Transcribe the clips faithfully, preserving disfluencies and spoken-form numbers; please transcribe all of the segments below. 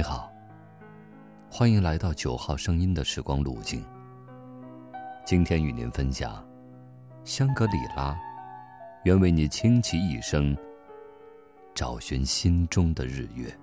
你好，欢迎来到九号声音的时光路径。今天与您分享，香格里拉，愿为你倾其一生，找寻心中的日月。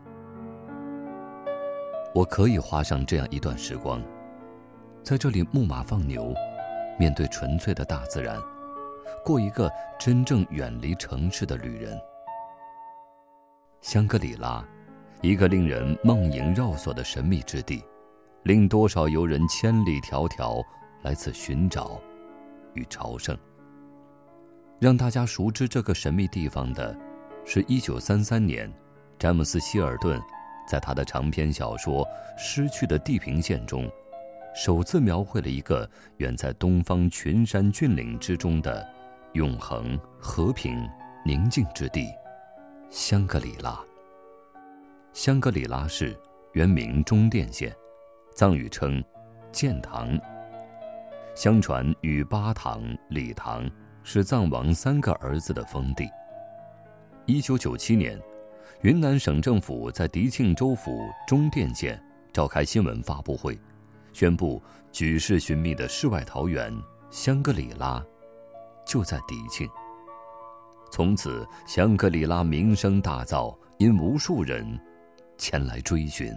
我可以花上这样一段时光，在这里牧马放牛，面对纯粹的大自然，过一个真正远离城市的旅人。香格里拉，一个令人梦萦绕索的神秘之地，令多少游人千里迢迢来此寻找与朝圣。让大家熟知这个神秘地方的，是一九三三年詹姆斯·希尔顿在他的长篇小说《失去的地平线》中，首次描绘了一个远在东方群山峻岭之中的永恒、和平、宁静之地——香格里拉。香格里拉市原名中甸县，藏语称建堂。相传与巴塘、理塘是藏王三个儿子的封地。一九九七年，云南省政府在迪庆州府中甸县召开新闻发布会，宣布举世寻觅的世外桃源香格里拉就在迪庆。从此，香格里拉名声大噪，因无数人前来追寻。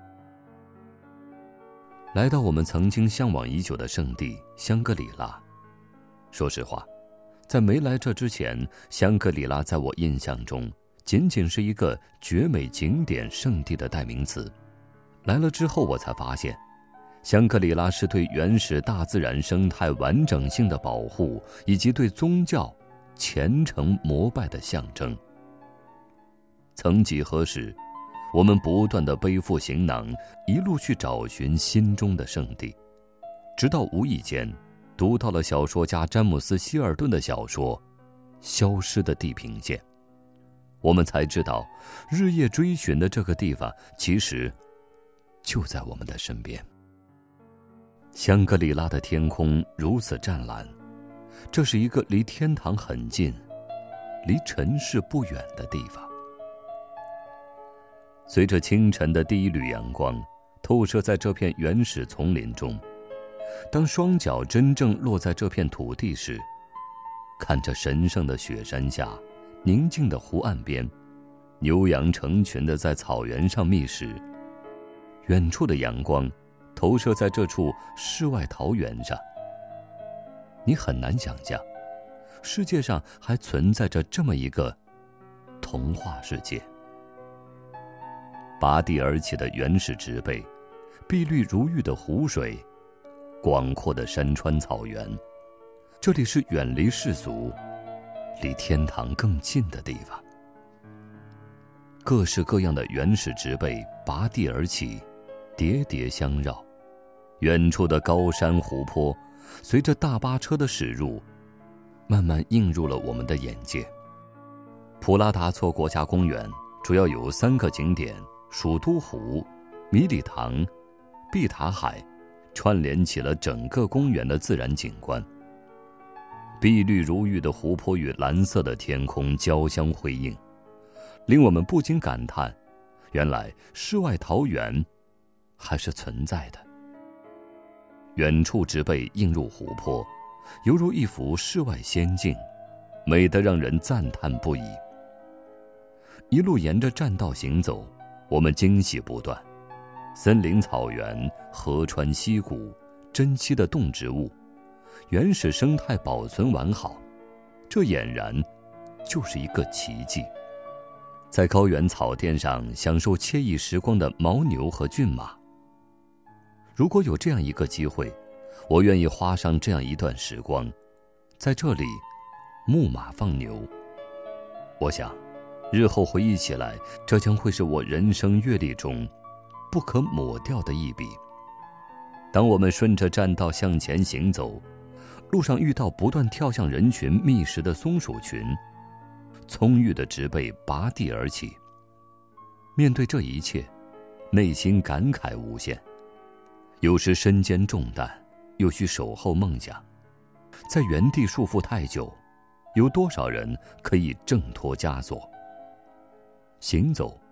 来到我们曾经向往已久的圣地香格里拉，说实话，在没来这之前，香格里拉在我印象中仅仅是一个绝美景点圣地的代名词。来了之后，我才发现，香格里拉是对原始大自然生态完整性的保护，以及对宗教虔诚膜拜的象征。曾几何时，我们不断地背负行囊，一路去找寻心中的圣地，直到无意间读到了小说家詹姆斯·希尔顿的小说《消失的地平线》，我们才知道，日夜追寻的这个地方其实就在我们的身边。香格里拉的天空如此湛蓝，这是一个离天堂很近，离尘世不远的地方。随着清晨的第一缕阳光透射在这片原始丛林中，当双脚真正落在这片土地时，看着神圣的雪山下，宁静的湖岸边，牛羊成群地在草原上觅食，远处的阳光投射在这处世外桃源上，你很难想象，世界上还存在着这么一个童话世界。拔地而起的原始植被，碧绿如玉的湖水，广阔的山川草原，这里是远离世俗，离天堂更近的地方。各式各样的原始植被拔地而起，叠叠相绕，远处的高山湖泊随着大巴车的驶入，慢慢映入了我们的眼界。普拉达措国家公园主要有三个景点：蜀都湖、米里塘、碧塔海，串联起了整个公园的自然景观。碧绿如玉的湖泊与蓝色的天空交相辉映，令我们不禁感叹，原来世外桃源还是存在的。远处植被映入湖泊，犹如一幅世外仙境，美得让人赞叹不已。一路沿着栈道行走，我们惊喜不断，森林、草原、河川、溪谷，珍稀的动植物，原始生态保存完好，这俨然就是一个奇迹。在高原草甸上享受惬意时光的牦牛和骏马，如果有这样一个机会，我愿意花上这样一段时光，在这里牧马放牛。我想日后回忆起来，这将会是我人生阅历中不可抹掉的一笔。当我们顺着栈道向前行走，路上遇到不断跳向人群觅食的松鼠群，葱郁的植被拔地而起。面对这一切，内心感慨无限。有时身兼重担，又需守候梦想。在原地束缚太久，有多少人可以挣脱枷锁？行走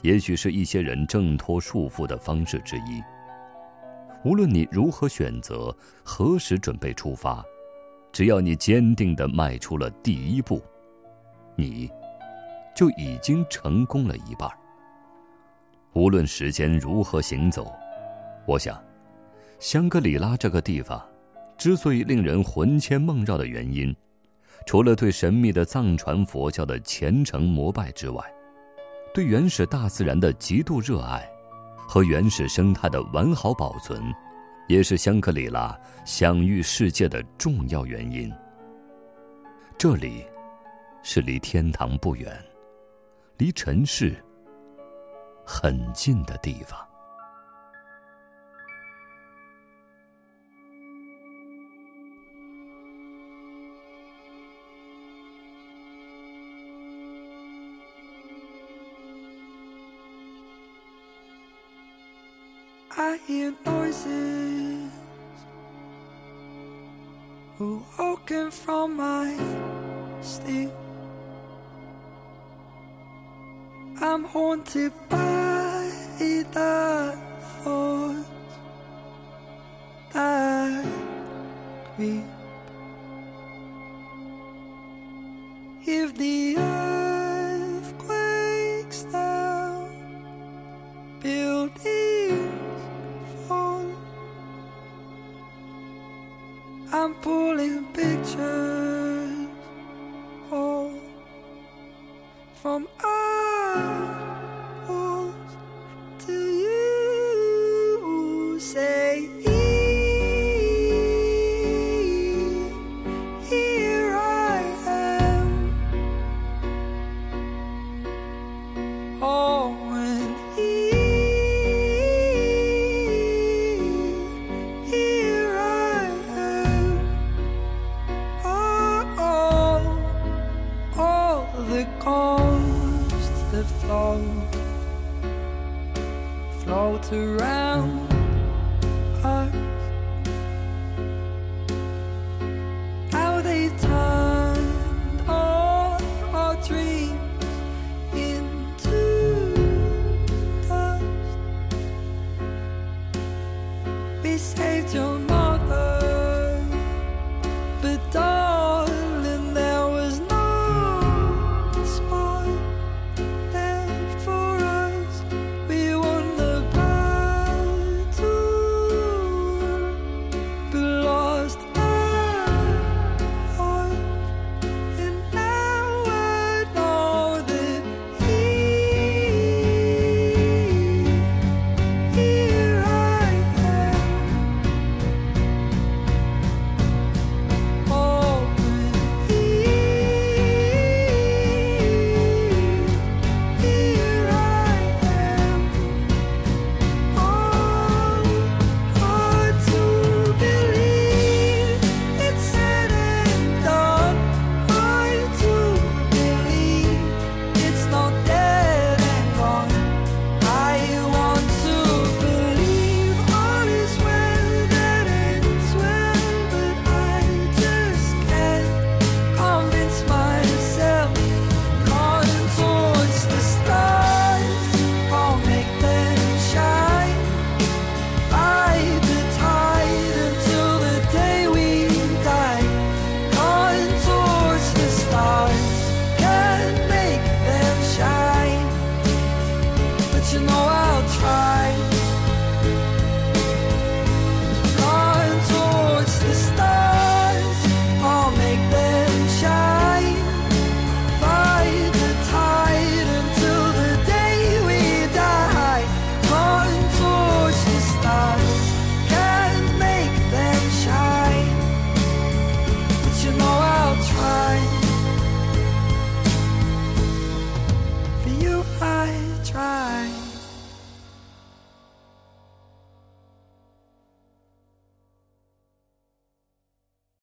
也许是一些人挣脱束缚的方式之一。无论你如何选择，何时准备出发，只要你坚定地迈出了第一步，你就已经成功了一半。无论时间如何行走，我想香格里拉这个地方之所以令人魂牵梦绕的原因，除了对神秘的藏传佛教的虔诚膜拜之外，对原始大自然的极度热爱和原始生态的完好保存，也是香格里拉享誉世界的重要原因。这里是离天堂不远，离尘世很近的地方。 I hear noises awoken from my sleep. I'm haunted by the thoughts that creep. If the earth quakes down, buildings fall, I'm pulling pictures all from our walls till you say, here I am. Oh, and here I am. Oh, oh, all the ghosts that float, float around us. How they've turned all our dreams into dust. We saved your mother, but darling, there was no spark left for us. We won the battle, but lost our heart. And now I know that here, here I am. Oh, and here, here I am. Oh, hard to believe it's said and done. Hard to believe it's not dead and gone. I want to believe all is well that ends well, but I just can't convince myself. Calling towards the stars, I'll make them shine. Fight the tide until the day we die. Calling towards the stars, can't make them shine. But you know I